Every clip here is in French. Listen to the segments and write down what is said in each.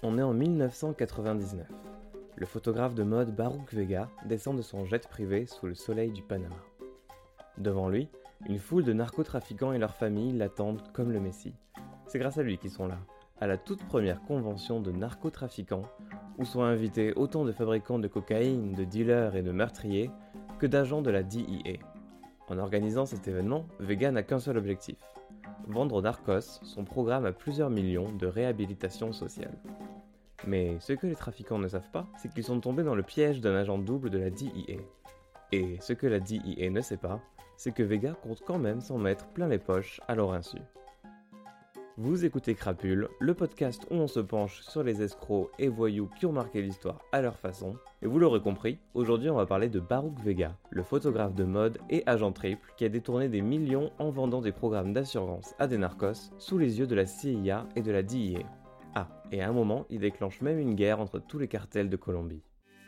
On est en 1999. Le photographe de mode Baruch Vega descend de son jet privé sous le soleil du Panama. Devant lui, une foule de narcotrafiquants et leurs familles l'attendent comme le Messie. C'est grâce à lui qu'ils sont là, à la toute première convention de narcotrafiquants, où sont invités autant de fabricants de cocaïne, de dealers et de meurtriers que d'agents de la DEA. En organisant cet événement, Vega n'a qu'un seul objectif: vendre aux narcos son programme à plusieurs millions de réhabilitation sociale. Mais ce que les trafiquants ne savent pas, c'est qu'ils sont tombés dans le piège d'un agent double de la DEA. Et ce que la DEA ne sait pas, c'est que Vega compte quand même s'en mettre plein les poches à leur insu. Vous écoutez Crapule, le podcast où on se penche sur les escrocs et voyous qui ont marqué l'histoire à leur façon. Et vous l'aurez compris, aujourd'hui on va parler de Baruch Vega, le photographe de mode et agent triple qui a détourné des millions en vendant des programmes d'assurance à des narcos sous les yeux de la CIA et de la DEA. Ah, et à un moment, il déclenche même une guerre entre tous les cartels de Colombie.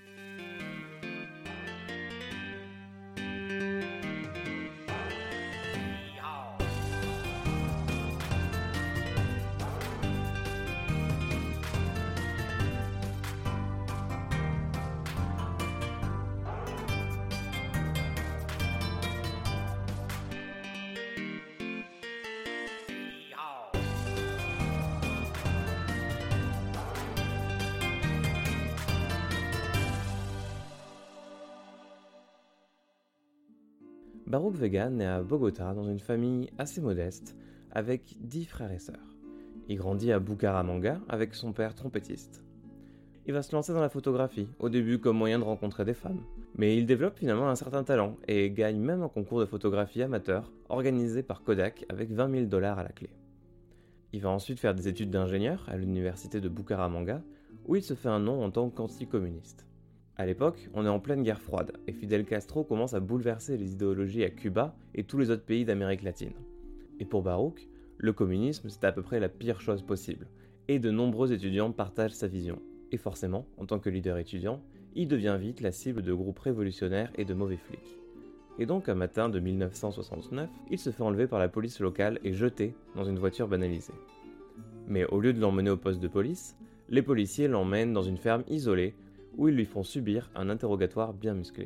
Baruch Vega naît à Bogota dans une famille assez modeste, avec 10 frères et sœurs. Il grandit à Bucaramanga avec son père trompettiste. Il va se lancer dans la photographie, au début comme moyen de rencontrer des femmes. Mais il développe finalement un certain talent et gagne même un concours de photographie amateur organisé par Kodak avec $20,000 à la clé. Il va ensuite faire des études d'ingénieur à l'université de Bucaramanga, où il se fait un nom en tant qu'anticommuniste. À l'époque, on est en pleine guerre froide, et Fidel Castro commence à bouleverser les idéologies à Cuba et tous les autres pays d'Amérique latine. Et pour Baruch, le communisme c'est à peu près la pire chose possible, et de nombreux étudiants partagent sa vision. Et forcément, en tant que leader étudiant, il devient vite la cible de groupes révolutionnaires et de mauvais flics. Et donc un matin de 1969, il se fait enlever par la police locale et jeté dans une voiture banalisée. Mais au lieu de l'emmener au poste de police, les policiers l'emmènent dans une ferme isolée où ils lui font subir un interrogatoire bien musclé.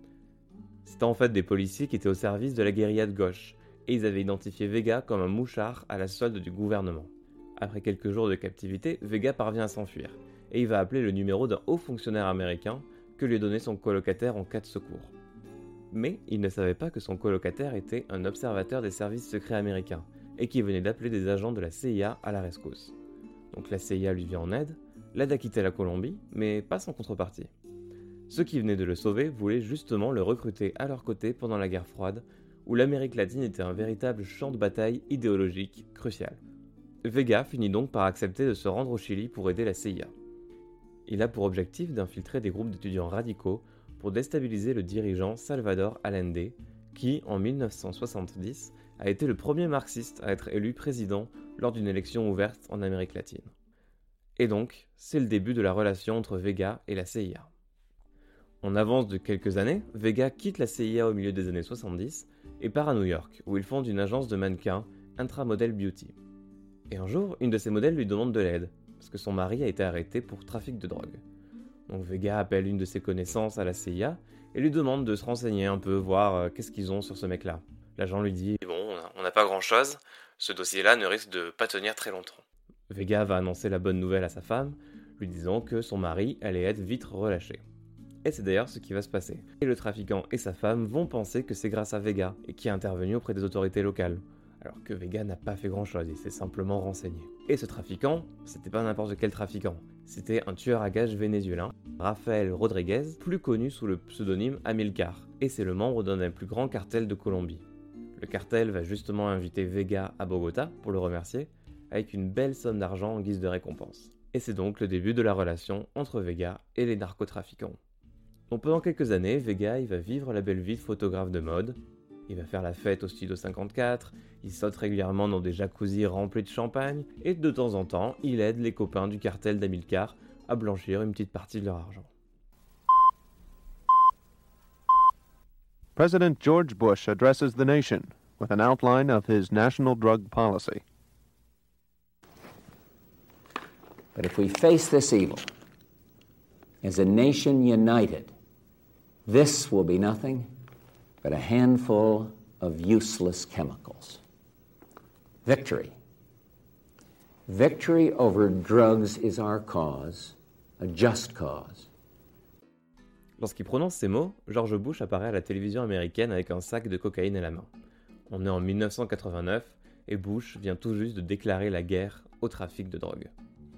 C'était en fait des policiers qui étaient au service de la guérilla de gauche, et ils avaient identifié Vega comme un mouchard à la solde du gouvernement. Après quelques jours de captivité, Vega parvient à s'enfuir, et il va appeler le numéro d'un haut fonctionnaire américain que lui donnait son colocataire en cas de secours. Mais il ne savait pas que son colocataire était un observateur des services secrets américains, et qui venait d'appeler des agents de la CIA à la rescousse. Donc la CIA lui vient en aide, l'aide à quitter la Colombie, mais pas sans contrepartie. Ceux qui venaient de le sauver voulaient justement le recruter à leur côté pendant la guerre froide, où l'Amérique latine était un véritable champ de bataille idéologique crucial. Vega finit donc par accepter de se rendre au Chili pour aider la CIA. Il a pour objectif d'infiltrer des groupes d'étudiants radicaux pour déstabiliser le dirigeant Salvador Allende, qui, en 1970, a été le premier marxiste à être élu président lors d'une élection ouverte en Amérique latine. Et donc, c'est le début de la relation entre Vega et la CIA. On avance de quelques années, Vega quitte la CIA au milieu des années 70 et part à New York, où il fonde une agence de mannequins, Intramodel Beauty. Et un jour, une de ses modèles lui demande de l'aide, parce que son mari a été arrêté pour trafic de drogue. Donc Vega appelle une de ses connaissances à la CIA et lui demande de se renseigner un peu, voir qu'est-ce qu'ils ont sur ce mec-là. L'agent lui dit « Bon, on n'a pas grand-chose, ce dossier-là ne risque de pas tenir très longtemps. » Vega va annoncer la bonne nouvelle à sa femme, lui disant que son mari allait être vite relâché. Et c'est d'ailleurs ce qui va se passer. Et le trafiquant et sa femme vont penser que c'est grâce à Vega, et qui est intervenu auprès des autorités locales. Alors que Vega n'a pas fait grand-chose, il s'est simplement renseigné. Et ce trafiquant, c'était pas n'importe quel trafiquant, c'était un tueur à gages vénézuélin, Rafael Rodriguez, plus connu sous le pseudonyme Amilcar, et c'est le membre d'un des plus grands cartels de Colombie. Le cartel va justement inviter Vega à Bogota pour le remercier, avec une belle somme d'argent en guise de récompense. Et c'est donc le début de la relation entre Vega et les narcotrafiquants. Donc pendant quelques années, Vega il va vivre la belle vie de photographe de mode, il va faire la fête au Studio 54, il saute régulièrement dans des jacuzzis remplis de champagne, et de temps en temps, il aide les copains du cartel d'Amilcar à blanchir une petite partie de leur argent. President George Bush addresses the nation with an outline of his national drug policy. But if we face this evil as a nation united, this will be nothing but a handful of useless chemicals. Victory. Victory over drugs is our cause, a just cause. Lorsqu'il prononce ces mots, George Bush apparaît à la télévision américaine avec un sac de cocaïne à la main. On est en 1989 et Bush vient tout juste de déclarer la guerre au trafic de drogue.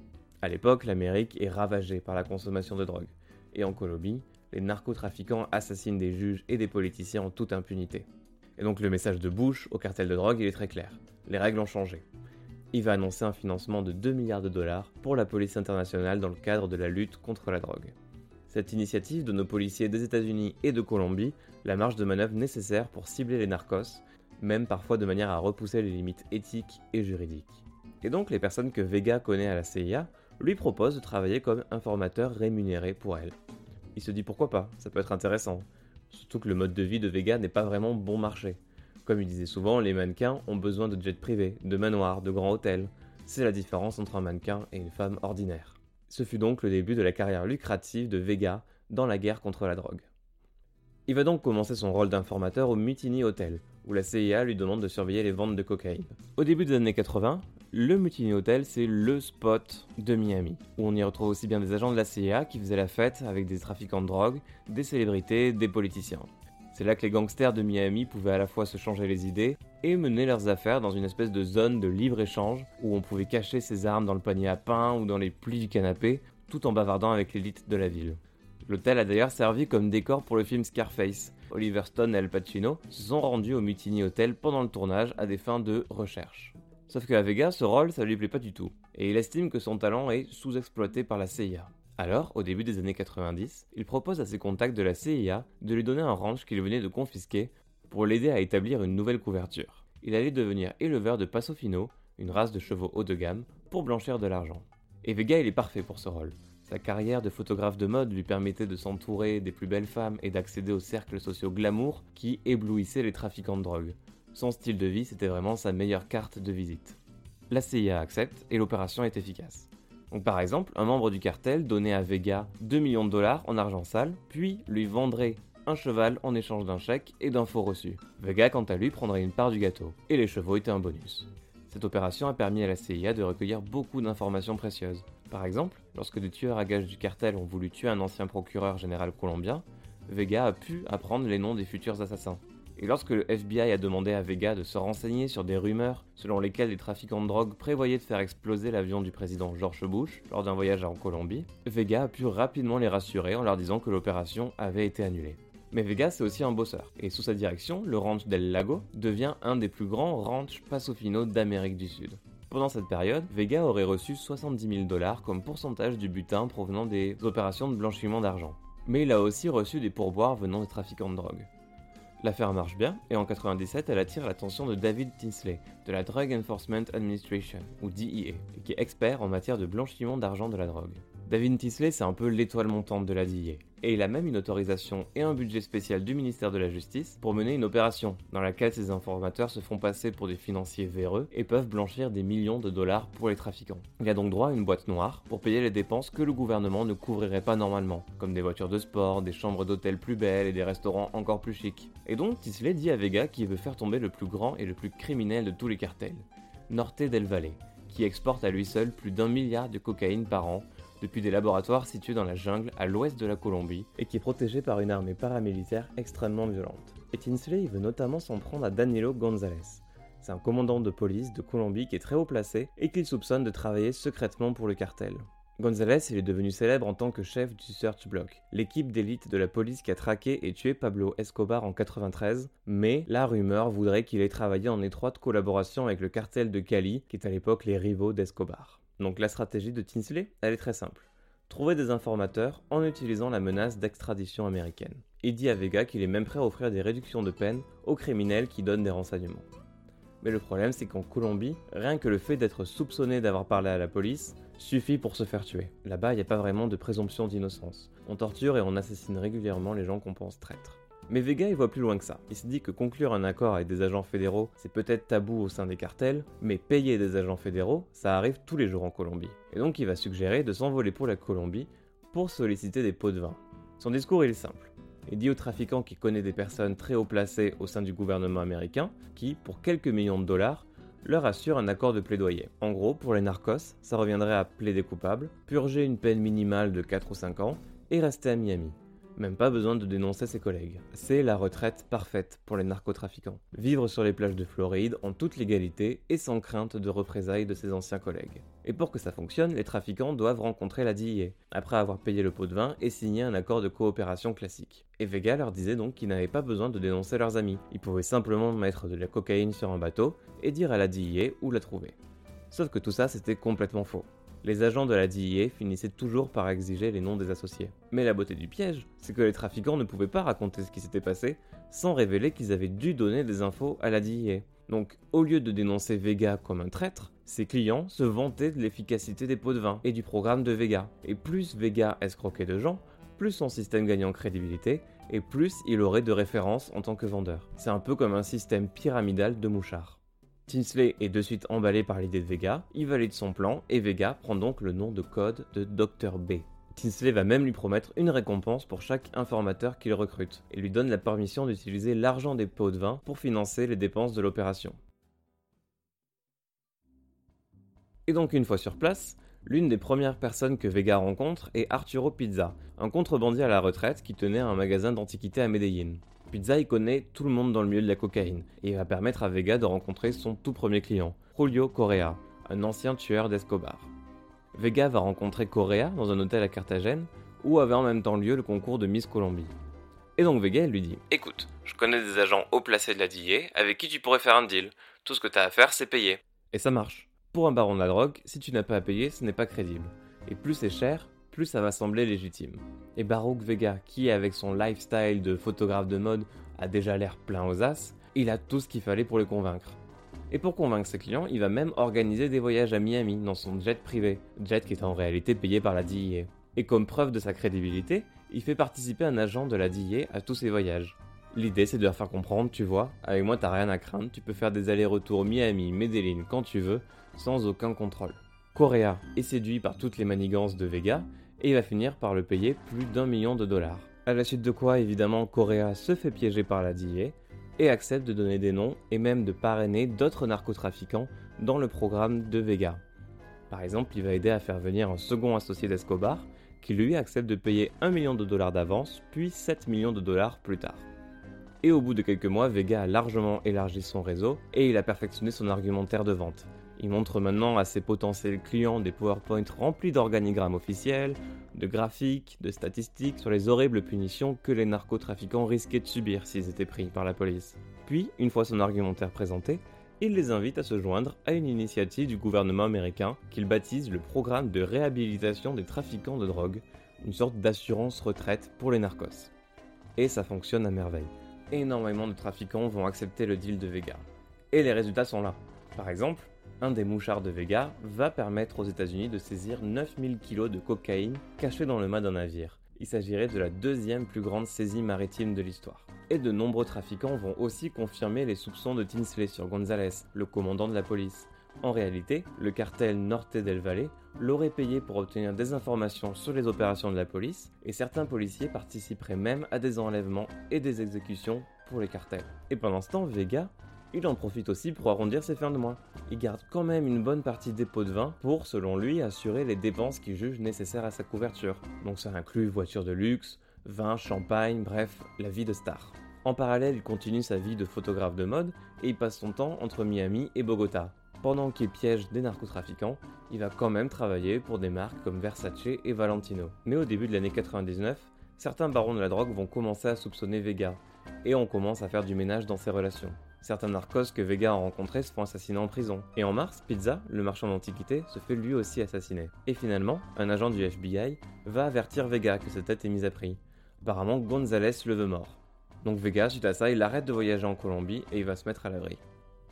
À l'époque, l'Amérique est ravagée par la consommation de drogue, et en Colombie, les narcotrafiquants assassinent des juges et des politiciens en toute impunité. Et donc le message de Bush au cartel de drogue, il est très clair. Les règles ont changé. Il va annoncer un financement de 2 milliards de dollars pour la police internationale dans le cadre de la lutte contre la drogue. Cette initiative donne aux policiers des États-Unis et de Colombie la marge de manœuvre nécessaire pour cibler les narcos, même parfois de manière à repousser les limites éthiques et juridiques. Et donc les personnes que Vega connaît à la CIA lui proposent de travailler comme informateur rémunéré pour elle. Il se dit pourquoi pas, ça peut être intéressant. Surtout que le mode de vie de Vega n'est pas vraiment bon marché. Comme il disait souvent, les mannequins ont besoin de jets privés, de manoirs, de grands hôtels. C'est la différence entre un mannequin et une femme ordinaire. Ce fut donc le début de la carrière lucrative de Vega dans la guerre contre la drogue. Il va donc commencer son rôle d'informateur au Mutiny Hotel, où la CIA lui demande de surveiller les ventes de cocaïne. Au début des années 80, le Mutiny Hotel, c'est le spot de Miami, où on y retrouve aussi bien des agents de la CIA qui faisaient la fête avec des trafiquants de drogue, des célébrités, des politiciens. C'est là que les gangsters de Miami pouvaient à la fois se changer les idées et mener leurs affaires dans une espèce de zone de libre-échange où on pouvait cacher ses armes dans le panier à pain ou dans les plis du canapé, tout en bavardant avec l'élite de la ville. L'hôtel a d'ailleurs servi comme décor pour le film Scarface. Oliver Stone et Al Pacino se sont rendus au Mutiny Hotel pendant le tournage à des fins de recherche. Sauf qu'à Vega, ce rôle, ça lui plaît pas du tout, et il estime que son talent est sous-exploité par la CIA. Alors, au début des années 90, il propose à ses contacts de la CIA de lui donner un ranch qu'il venait de confisquer pour l'aider à établir une nouvelle couverture. Il allait devenir éleveur de Paso Fino, une race de chevaux haut de gamme, pour blanchir de l'argent. Et Vega, il est parfait pour ce rôle. Sa carrière de photographe de mode lui permettait de s'entourer des plus belles femmes et d'accéder aux cercles sociaux glamour qui éblouissaient les trafiquants de drogue. Son style de vie, c'était vraiment sa meilleure carte de visite. La CIA accepte et l'opération est efficace. Donc par exemple, un membre du cartel donnait à Vega 2 millions de dollars en argent sale, puis lui vendrait un cheval en échange d'un chèque et d'un faux reçu. Vega, quant à lui, prendrait une part du gâteau, et les chevaux étaient un bonus. Cette opération a permis à la CIA de recueillir beaucoup d'informations précieuses. Par exemple, lorsque des tueurs à gages du cartel ont voulu tuer un ancien procureur général colombien, Vega a pu apprendre les noms des futurs assassins. Et lorsque le FBI a demandé à Vega de se renseigner sur des rumeurs selon lesquelles les trafiquants de drogue prévoyaient de faire exploser l'avion du président George Bush lors d'un voyage en Colombie, Vega a pu rapidement les rassurer en leur disant que l'opération avait été annulée. Mais Vega, c'est aussi un bosseur, et sous sa direction, le ranch del Lago devient un des plus grands ranchs Paso Fino d'Amérique du Sud. Pendant cette période, Vega aurait reçu 70 000 dollars comme pourcentage du butin provenant des opérations de blanchiment d'argent. Mais il a aussi reçu des pourboires venant des trafiquants de drogue. L'affaire marche bien, et en 1997, elle attire l'attention de David Tinsley, de la Drug Enforcement Administration, ou DEA, qui est expert en matière de blanchiment d'argent de la drogue. David Tinsley, c'est un peu l'étoile montante de la DEA, et il a même une autorisation et un budget spécial du ministère de la Justice pour mener une opération, dans laquelle ces informateurs se font passer pour des financiers véreux et peuvent blanchir des millions de dollars pour les trafiquants. Il a donc droit à une boîte noire pour payer les dépenses que le gouvernement ne couvrirait pas normalement, comme des voitures de sport, des chambres d'hôtel plus belles et des restaurants encore plus chics. Et donc Tinsley dit à Vega qu'il veut faire tomber le plus grand et le plus criminel de tous les cartels, Norte del Valle, qui exporte à lui seul plus d'1 milliard de cocaïne par an, depuis des laboratoires situés dans la jungle à l'ouest de la Colombie et qui est protégé par une armée paramilitaire extrêmement violente. Et Tinsley veut notamment s'en prendre à Danilo González. C'est un commandant de police de Colombie qui est très haut placé et qu'il soupçonne de travailler secrètement pour le cartel. González, il est devenu célèbre en tant que chef du Search Block, l'équipe d'élite de la police qui a traqué et tué Pablo Escobar en 1993, mais la rumeur voudrait qu'il ait travaillé en étroite collaboration avec le cartel de Cali, qui est à l'époque les rivaux d'Escobar. Donc la stratégie de Tinsley, elle est très simple. Trouver des informateurs en utilisant la menace d'extradition américaine. Il dit à Vega qu'il est même prêt à offrir des réductions de peine aux criminels qui donnent des renseignements. Mais le problème, c'est qu'en Colombie, rien que le fait d'être soupçonné d'avoir parlé à la police suffit pour se faire tuer. Là-bas, il n'y a pas vraiment de présomption d'innocence. On torture et on assassine régulièrement les gens qu'on pense traîtres. Mais Vega il voit plus loin que ça. Il se dit que conclure un accord avec des agents fédéraux, c'est peut-être tabou au sein des cartels, mais payer des agents fédéraux, ça arrive tous les jours en Colombie. Et donc il va suggérer de s'envoler pour la Colombie pour solliciter des pots de vin. Son discours il est simple. Il dit au trafiquant qu'il connaît des personnes très haut placées au sein du gouvernement américain qui, pour quelques millions de dollars, leur assure un accord de plaidoyer. En gros, pour les narcos, ça reviendrait à plaider coupable, purger une peine minimale de 4 ou 5 ans et rester à Miami. Même pas besoin de dénoncer ses collègues. C'est la retraite parfaite pour les narcotrafiquants. Vivre sur les plages de Floride en toute légalité et sans crainte de représailles de ses anciens collègues. Et pour que ça fonctionne, les trafiquants doivent rencontrer la DEA, après avoir payé le pot de vin et signé un accord de coopération classique. Et Vega leur disait donc qu'ils n'avaient pas besoin de dénoncer leurs amis. Ils pouvaient simplement mettre de la cocaïne sur un bateau et dire à la DEA où la trouver. Sauf que tout ça c'était complètement faux. Les agents de la DEA finissaient toujours par exiger les noms des associés. Mais la beauté du piège, c'est que les trafiquants ne pouvaient pas raconter ce qui s'était passé sans révéler qu'ils avaient dû donner des infos à la DEA. Donc, au lieu de dénoncer Vega comme un traître, ses clients se vantaient de l'efficacité des pots de vin et du programme de Vega. Et plus Vega escroquait de gens, plus son système gagnait en crédibilité et plus il aurait de références en tant que vendeur. C'est un peu comme un système pyramidal de mouchards. Tinsley est de suite emballé par l'idée de Vega, il valide son plan et Vega prend donc le nom de code de Dr. B. Tinsley va même lui promettre une récompense pour chaque informateur qu'il recrute et lui donne la permission d'utiliser l'argent des pots de vin pour financer les dépenses de l'opération. Et donc une fois sur place, l'une des premières personnes que Vega rencontre est Arturo Pizza, un contrebandier à la retraite qui tenait un magasin d'antiquités à Medellín. Pizza, il connaît tout le monde dans le milieu de la cocaïne, et il va permettre à Vega de rencontrer son tout premier client, Julio Correa, un ancien tueur d'Escobar. Vega va rencontrer Correa dans un hôtel à Carthagène, où avait en même temps lieu le concours de Miss Colombie. Et donc Vega lui dit « Écoute, je connais des agents haut placés de la DEA avec qui tu pourrais faire un deal. Tout ce que t'as à faire, c'est payer. » Et ça marche. Pour un baron de la drogue, si tu n'as pas à payer, ce n'est pas crédible. Et plus c'est cher, plus ça va sembler légitime. Et Baruch Vega, qui avec son lifestyle de photographe de mode a déjà l'air plein aux as, il a tout ce qu'il fallait pour les convaincre. Et pour convaincre ses clients, il va même organiser des voyages à Miami dans son jet privé, jet qui est en réalité payé par la DEA. Et comme preuve de sa crédibilité, il fait participer un agent de la DEA à tous ses voyages. L'idée c'est de leur faire comprendre, tu vois, avec moi t'as rien à craindre, tu peux faire des allers-retours Miami, Medellín quand tu veux, sans aucun contrôle. Correa est séduit par toutes les manigances de Vega, et il va finir par le payer plus d'1 million de dollars. À la suite de quoi, évidemment, Correa se fait piéger par la DEA et accepte de donner des noms et même de parrainer d'autres narcotrafiquants dans le programme de Vega. Par exemple, il va aider à faire venir un second associé d'Escobar qui lui accepte de payer 1 million de dollars d'avance, puis 7 millions de dollars plus tard. Et au bout de quelques mois, Vega a largement élargi son réseau et il a perfectionné son argumentaire de vente. Il montre maintenant à ses potentiels clients des PowerPoint remplis d'organigrammes officiels, de graphiques, de statistiques sur les horribles punitions que les narcotrafiquants risquaient de subir s'ils étaient pris par la police. Puis, une fois son argumentaire présenté, il les invite à se joindre à une initiative du gouvernement américain qu'il baptise le programme de réhabilitation des trafiquants de drogue, une sorte d'assurance retraite pour les narcos. Et ça fonctionne à merveille. Énormément de trafiquants vont accepter le deal de Vega. Et les résultats sont là. Par exemple, un des mouchards de Vega va permettre aux États-Unis de saisir 9000 kg de cocaïne cachée dans le mât d'un navire. Il s'agirait de la deuxième plus grande saisie maritime de l'histoire. Et de nombreux trafiquants vont aussi confirmer les soupçons de Tinsley sur González, le commandant de la police. En réalité, le cartel Norte del Valle l'aurait payé pour obtenir des informations sur les opérations de la police, et certains policiers participeraient même à des enlèvements et des exécutions pour les cartels. Et pendant ce temps, Vega, il en profite aussi pour arrondir ses fins de mois. Il garde quand même une bonne partie des pots de vin pour, selon lui, assurer les dépenses qu'il juge nécessaires à sa couverture. Donc ça inclut voitures de luxe, vin, champagne, bref, la vie de star. En parallèle, il continue sa vie de photographe de mode et il passe son temps entre Miami et Bogota. Pendant qu'il piège des narcotrafiquants, il va quand même travailler pour des marques comme Versace et Valentino. Mais au début de l'année 99, certains barons de la drogue vont commencer à soupçonner Vega et on commence à faire du ménage dans ses relations. Certains narcos que Vega a rencontrés se font assassiner en prison. Et en mars, Pizza, le marchand d'antiquités, se fait lui aussi assassiner. Et finalement, un agent du FBI va avertir Vega que sa tête est mise à prix. Apparemment, González le veut mort. Donc Vega, suite à ça, il arrête de voyager en Colombie et il va se mettre à l'abri.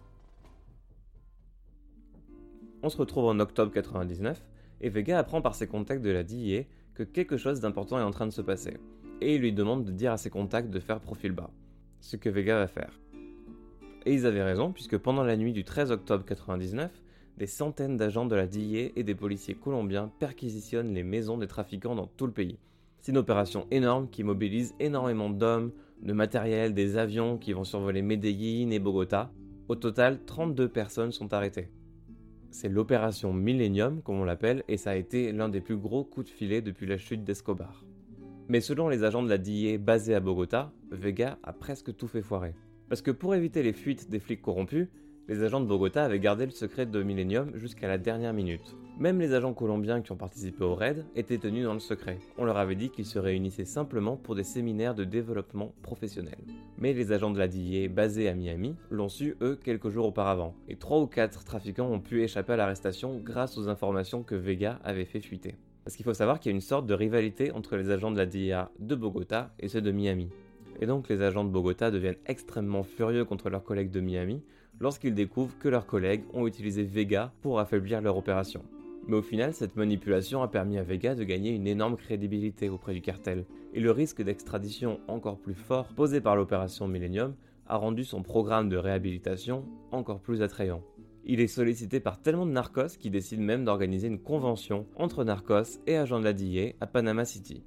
On se retrouve en octobre 99 et Vega apprend par ses contacts de la DEA que quelque chose d'important est en train de se passer. et il lui demande de dire à ses contacts de faire profil bas, ce que Vega va faire. Et ils avaient raison, puisque pendant la nuit du 13 octobre 1999, des centaines d'agents de la DEA et des policiers colombiens perquisitionnent les maisons des trafiquants dans tout le pays. C'est une opération énorme qui mobilise énormément d'hommes, de matériel, des avions qui vont survoler Medellín et Bogota. Au total, 32 personnes sont arrêtées. C'est l'opération Millennium, comme on l'appelle, et ça a été l'un des plus gros coups de filet depuis la chute d'Escobar. Mais selon les agents de la DEA basés à Bogota, Vega a presque tout fait foirer. Parce que pour éviter les fuites des flics corrompus, les agents de Bogota avaient gardé le secret de Millennium jusqu'à la dernière minute. Même les agents colombiens qui ont participé au raid étaient tenus dans le secret. On leur avait dit qu'ils se réunissaient simplement pour des séminaires de développement professionnel. Mais les agents de la DEA basés à Miami l'ont su, eux, quelques jours auparavant. Et 3 ou 4 trafiquants ont pu échapper à l'arrestation grâce aux informations que Vega avait fait fuiter. Parce qu'il faut savoir qu'il y a une sorte de rivalité entre les agents de la DEA de Bogota et ceux de Miami. Et donc les agents de Bogota deviennent extrêmement furieux contre leurs collègues de Miami lorsqu'ils découvrent que leurs collègues ont utilisé Vega pour affaiblir leur opération. Mais au final, cette manipulation a permis à Vega de gagner une énorme crédibilité auprès du cartel, et le risque d'extradition encore plus fort posé par l'opération Millennium a rendu son programme de réhabilitation encore plus attrayant. Il est sollicité par tellement de narcos qu'il décide même d'organiser une convention entre narcos et agents de la DEA à Panama City.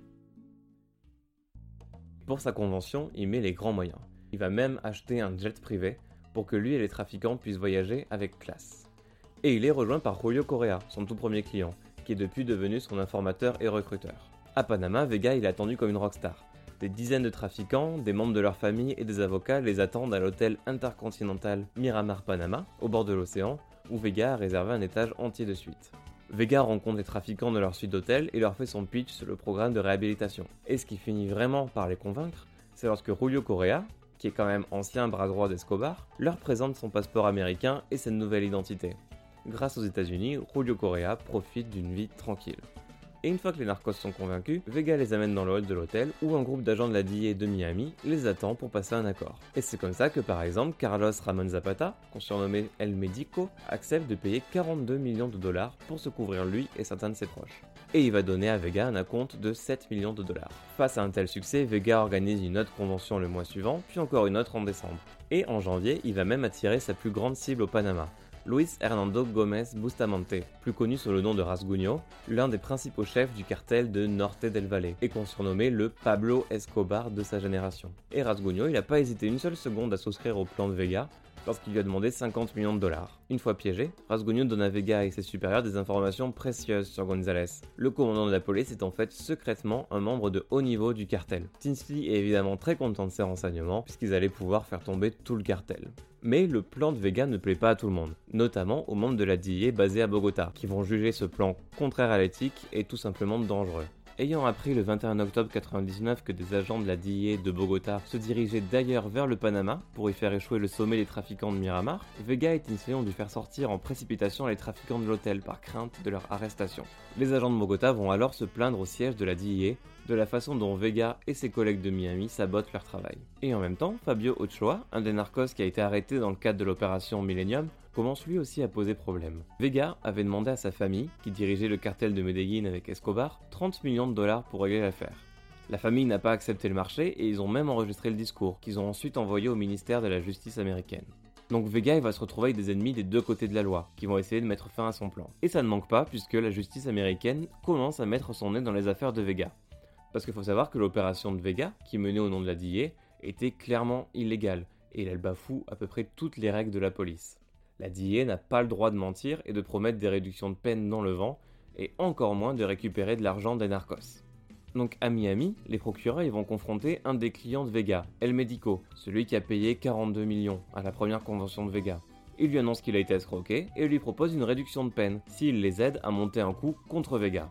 Pour sa convention, il met les grands moyens. Il va même acheter un jet privé pour que lui et les trafiquants puissent voyager avec classe. Et il est rejoint par Julio Correa, son tout premier client, qui est depuis devenu son informateur et recruteur. À Panama, Vega il est attendu comme une rockstar. Des dizaines de trafiquants, des membres de leur famille et des avocats les attendent à l'hôtel intercontinental Miramar Panama, au bord de l'océan, où Vega a réservé un étage entier de suite. Vega rencontre les trafiquants de leur suite d'hôtel et leur fait son pitch sur le programme de réhabilitation. Et ce qui finit vraiment par les convaincre, c'est lorsque Julio Correa, qui est quand même ancien bras droit d'Escobar, leur présente son passeport américain et sa nouvelle identité. Grâce aux États-Unis, Julio Correa profite d'une vie tranquille. Et une fois que les narcos sont convaincus, Vega les amène dans le hall de l'hôtel où un groupe d'agents de la DEA de Miami les attend pour passer un accord. Et c'est comme ça que par exemple Carlos Ramon Zapata, qu'on surnommait El Médico, accepte de payer 42 millions de dollars pour se couvrir lui et certains de ses proches. Et il va donner à Vega un acompte de 7 millions de dollars. Face à un tel succès, Vega organise une autre convention le mois suivant, puis encore une autre en décembre. Et en janvier, il va même attirer sa plus grande cible au Panama, Luis Hernando Gómez Bustamante, plus connu sous le nom de Rasguño, l'un des principaux chefs du cartel de Norte del Valle, et qu'on surnommait le Pablo Escobar de sa génération. Et Rasguño, il n'a pas hésité une seule seconde à souscrire au plan de Vega lorsqu'il lui a demandé 50 millions de dollars. Une fois piégé, Rasguño donne à Vega et ses supérieurs des informations précieuses sur González. Le commandant de la police est en fait secrètement un membre de haut niveau du cartel. Tinsley est évidemment très content de ces renseignements puisqu'ils allaient pouvoir faire tomber tout le cartel. Mais le plan de Vega ne plaît pas à tout le monde, notamment aux membres de la DEA basés à Bogota, qui vont juger ce plan contraire à l'éthique et tout simplement dangereux. Ayant appris le 21 octobre 1999 que des agents de la DEA de Bogota se dirigeaient d'ailleurs vers le Panama pour y faire échouer le sommet des trafiquants de Miramar, Vega et Tinsley ont dû faire sortir en précipitation les trafiquants de l'hôtel par crainte de leur arrestation. Les agents de Bogota vont alors se plaindre au siège de la DEA de la façon dont Vega et ses collègues de Miami sabotent leur travail. Et en même temps, Fabio Ochoa, un des narcos qui a été arrêté dans le cadre de l'opération Millennium, commence lui aussi à poser problème. Vega avait demandé à sa famille, qui dirigeait le cartel de Medellín avec Escobar, 30 millions de dollars pour régler l'affaire. La famille n'a pas accepté le marché et ils ont même enregistré le discours, qu'ils ont ensuite envoyé au ministère de la Justice américaine. Donc Vega il va se retrouver avec des ennemis des deux côtés de la loi, qui vont essayer de mettre fin à son plan. Et ça ne manque pas puisque la justice américaine commence à mettre son nez dans les affaires de Vega. Parce qu'il faut savoir que l'opération de Vega, qui menait au nom de la DEA, était clairement illégale, et elle bafoue à peu près toutes les règles de la police. La DEA n'a pas le droit de mentir et de promettre des réductions de peine dans le vent, et encore moins de récupérer de l'argent des narcos. Donc à Miami, les procureurs ils vont confronter un des clients de Vega, El Médico, celui qui a payé 42 millions à la première convention de Vega. Il lui annonce qu'il a été escroqué et lui propose une réduction de peine s'il les aide à monter un coup contre Vega.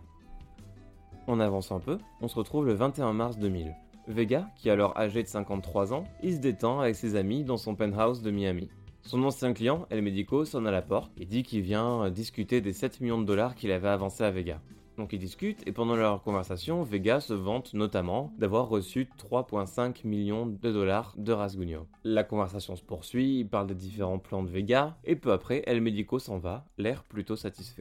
On avance un peu, on se retrouve le 21 mars 2000. Vega, qui est alors âgé de 53 ans, il se détend avec ses amis dans son penthouse de Miami. Son ancien client, El Médico, sonne à la porte et dit qu'il vient discuter des 7 millions de dollars qu'il avait avancés à Vega. Donc ils discutent et pendant leur conversation, Vega se vante notamment d'avoir reçu 3,5 millions de dollars de Rasguño. La conversation se poursuit, il parle des différents plans de Vega et peu après, El Médico s'en va, l'air plutôt satisfait.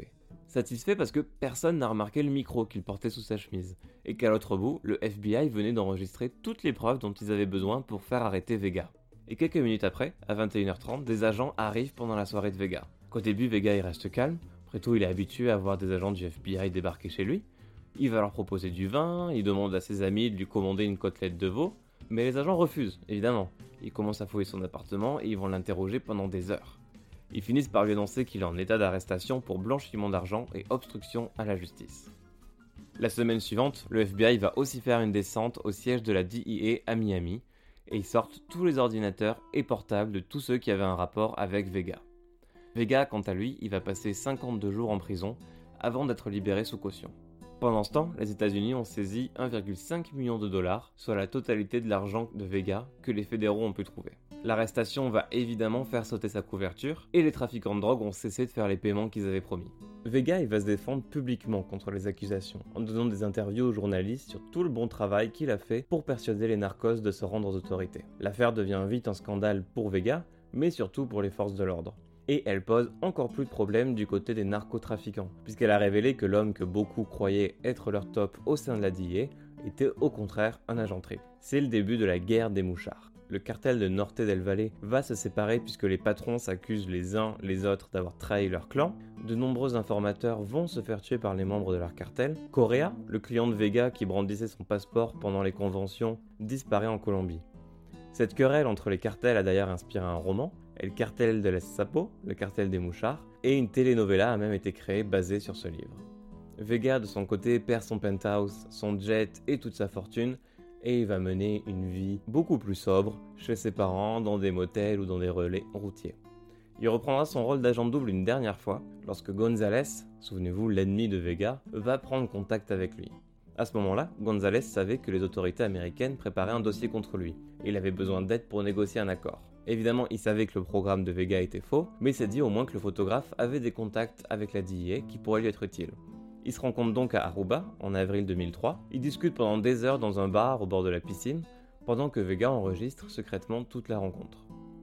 Satisfait parce que personne n'a remarqué le micro qu'il portait sous sa chemise, et qu'à l'autre bout, le FBI venait d'enregistrer toutes les preuves dont ils avaient besoin pour faire arrêter Vega. Et quelques minutes après, à 21h30, des agents arrivent pendant la soirée de Vega. Qu'au début, Vega il reste calme, après tout il est habitué à voir des agents du FBI débarquer chez lui. Il va leur proposer du vin, il demande à ses amis de lui commander une côtelette de veau, mais les agents refusent, évidemment. Ils commencent à fouiller son appartement et ils vont l'interroger pendant des heures. Ils finissent par lui annoncer qu'il est en état d'arrestation pour blanchiment d'argent et obstruction à la justice. La semaine suivante, le FBI va aussi faire une descente au siège de la DEA à Miami, et ils sortent tous les ordinateurs et portables de tous ceux qui avaient un rapport avec Vega. Vega, quant à lui, il va passer 52 jours en prison avant d'être libéré sous caution. Pendant ce temps, les États-Unis ont saisi 1,5 million de dollars, soit la totalité de l'argent de Vega que les fédéraux ont pu trouver. L'arrestation va évidemment faire sauter sa couverture, et les trafiquants de drogue ont cessé de faire les paiements qu'ils avaient promis. Vega il va se défendre publiquement contre les accusations, en donnant des interviews aux journalistes sur tout le bon travail qu'il a fait pour persuader les narcos de se rendre aux autorités. L'affaire devient vite un scandale pour Vega, mais surtout pour les forces de l'ordre. Et elle pose encore plus de problèmes du côté des narcotrafiquants, puisqu'elle a révélé que l'homme que beaucoup croyaient être leur top au sein de la DEA était au contraire un agent triple. C'est le début de la guerre des mouchards. Le cartel de Norte del Valle va se séparer puisque les patrons s'accusent les uns les autres d'avoir trahi leur clan. De nombreux informateurs vont se faire tuer par les membres de leur cartel. Correa, le client de Vega qui brandissait son passeport pendant les conventions, disparaît en Colombie. Cette querelle entre les cartels a d'ailleurs inspiré un roman, El Cartel de los Sapos, le cartel des mouchards, et une telenovela a même été créée basée sur ce livre. Vega, de son côté, perd son penthouse, son jet et toute sa fortune, et il va mener une vie beaucoup plus sobre chez ses parents, dans des motels ou dans des relais routiers. Il reprendra son rôle d'agent double une dernière fois, lorsque González, souvenez-vous l'ennemi de Vega, va prendre contact avec lui. À ce moment-là, González savait que les autorités américaines préparaient un dossier contre lui, et il avait besoin d'aide pour négocier un accord. Évidemment, il savait que le programme de Vega était faux, mais il s'est dit au moins que le photographe avait des contacts avec la DEA qui pourraient lui être utiles. Ils se rencontrent donc à Aruba, en avril 2003. Ils discutent pendant des heures dans un bar au bord de la piscine, pendant que Vega enregistre secrètement toute la rencontre.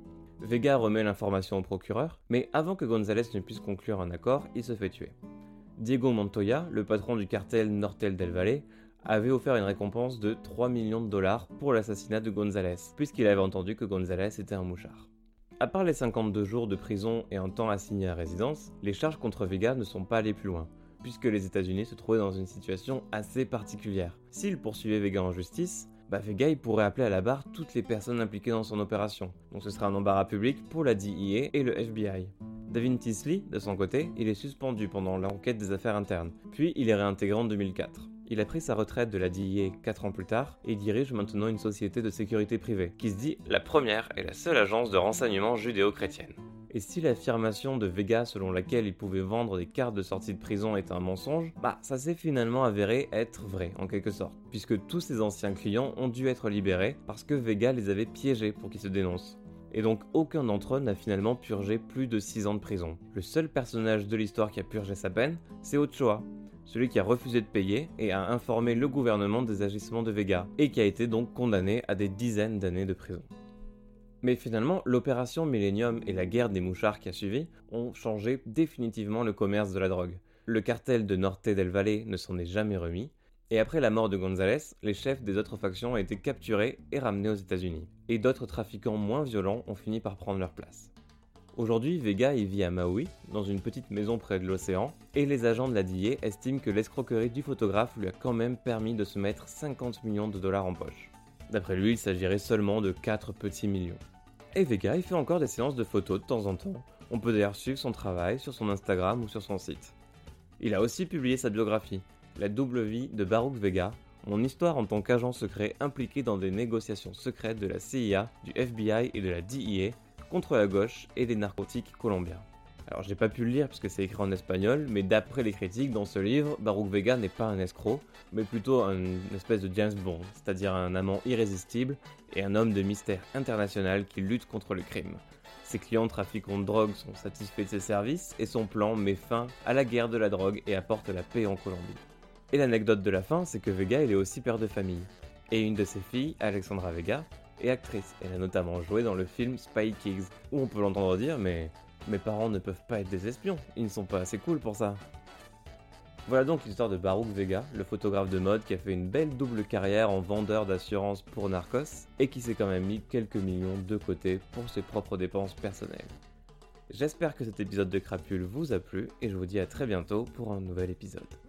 Vega remet l'information au procureur, mais avant que González ne puisse conclure un accord, il se fait tuer. Diego Montoya, le patron du cartel Nortel del Valle, avait offert une récompense de 3 millions de dollars pour l'assassinat de González, puisqu'il avait entendu que González était un mouchard. À part les 52 jours de prison et un temps assigné à résidence, les charges contre Vega ne sont pas allées plus loin, puisque les États-Unis se trouvaient dans une situation assez particulière. S'ils poursuivaient Vega en justice, Vega il pourrait appeler à la barre toutes les personnes impliquées dans son opération, donc ce serait un embarras public pour la DEA et le FBI. Davin Tisley, de son côté, il est suspendu pendant l'enquête des affaires internes, puis il est réintégré en 2004. Il a pris sa retraite de la DEA 4 ans plus tard et dirige maintenant une société de sécurité privée, qui se dit la première et la seule agence de renseignement judéo-chrétienne. Et si l'affirmation de Vega selon laquelle il pouvait vendre des cartes de sortie de prison est un mensonge, ça s'est finalement avéré être vrai en quelque sorte, puisque tous ses anciens clients ont dû être libérés parce que Vega les avait piégés pour qu'ils se dénoncent. Et donc aucun d'entre eux n'a finalement purgé plus de 6 ans de prison. Le seul personnage de l'histoire qui a purgé sa peine, c'est Ochoa, celui qui a refusé de payer et a informé le gouvernement des agissements de Vega, et qui a été donc condamné à des dizaines d'années de prison. Mais finalement, l'opération Millennium et la guerre des mouchards qui a suivi ont changé définitivement le commerce de la drogue. Le cartel de Norte del Valle ne s'en est jamais remis, et après la mort de González, les chefs des autres factions ont été capturés et ramenés aux États-Unis, et d'autres trafiquants moins violents ont fini par prendre leur place. Aujourd'hui, Vega y vit à Maui, dans une petite maison près de l'océan, et les agents de la DEA estiment que l'escroquerie du photographe lui a quand même permis de se mettre 50 millions de dollars en poche. D'après lui, il s'agirait seulement de 4 petits millions. Et Vega, il fait encore des séances de photos de temps en temps. On peut d'ailleurs suivre son travail sur son Instagram ou sur son site. Il a aussi publié sa biographie, La double vie de Baruch Vega, mon histoire en tant qu'agent secret impliqué dans des négociations secrètes de la CIA, du FBI et de la DEA contre la gauche et les narcotiques colombiens. Alors j'ai pas pu le lire puisque c'est écrit en espagnol, mais d'après les critiques, dans ce livre, Baruch Vega n'est pas un escroc, mais plutôt une espèce de James Bond, c'est-à-dire un amant irrésistible et un homme de mystère international qui lutte contre le crime. Ses clients trafiquants de drogue sont satisfaits de ses services et son plan met fin à la guerre de la drogue et apporte la paix en Colombie. Et l'anecdote de la fin, c'est que Vega il est aussi père de famille. Et une de ses filles, Alexandra Vega, est actrice. Elle a notamment joué dans le film Spy Kids, où on peut l'entendre dire « mais mes parents ne peuvent pas être des espions, ils ne sont pas assez cool pour ça ». Voilà donc l'histoire de Baruch Vega, le photographe de mode qui a fait une belle double carrière en vendeur d'assurance pour Narcos et qui s'est quand même mis quelques millions de côté pour ses propres dépenses personnelles. J'espère que cet épisode de Crapule vous a plu et je vous dis à très bientôt pour un nouvel épisode.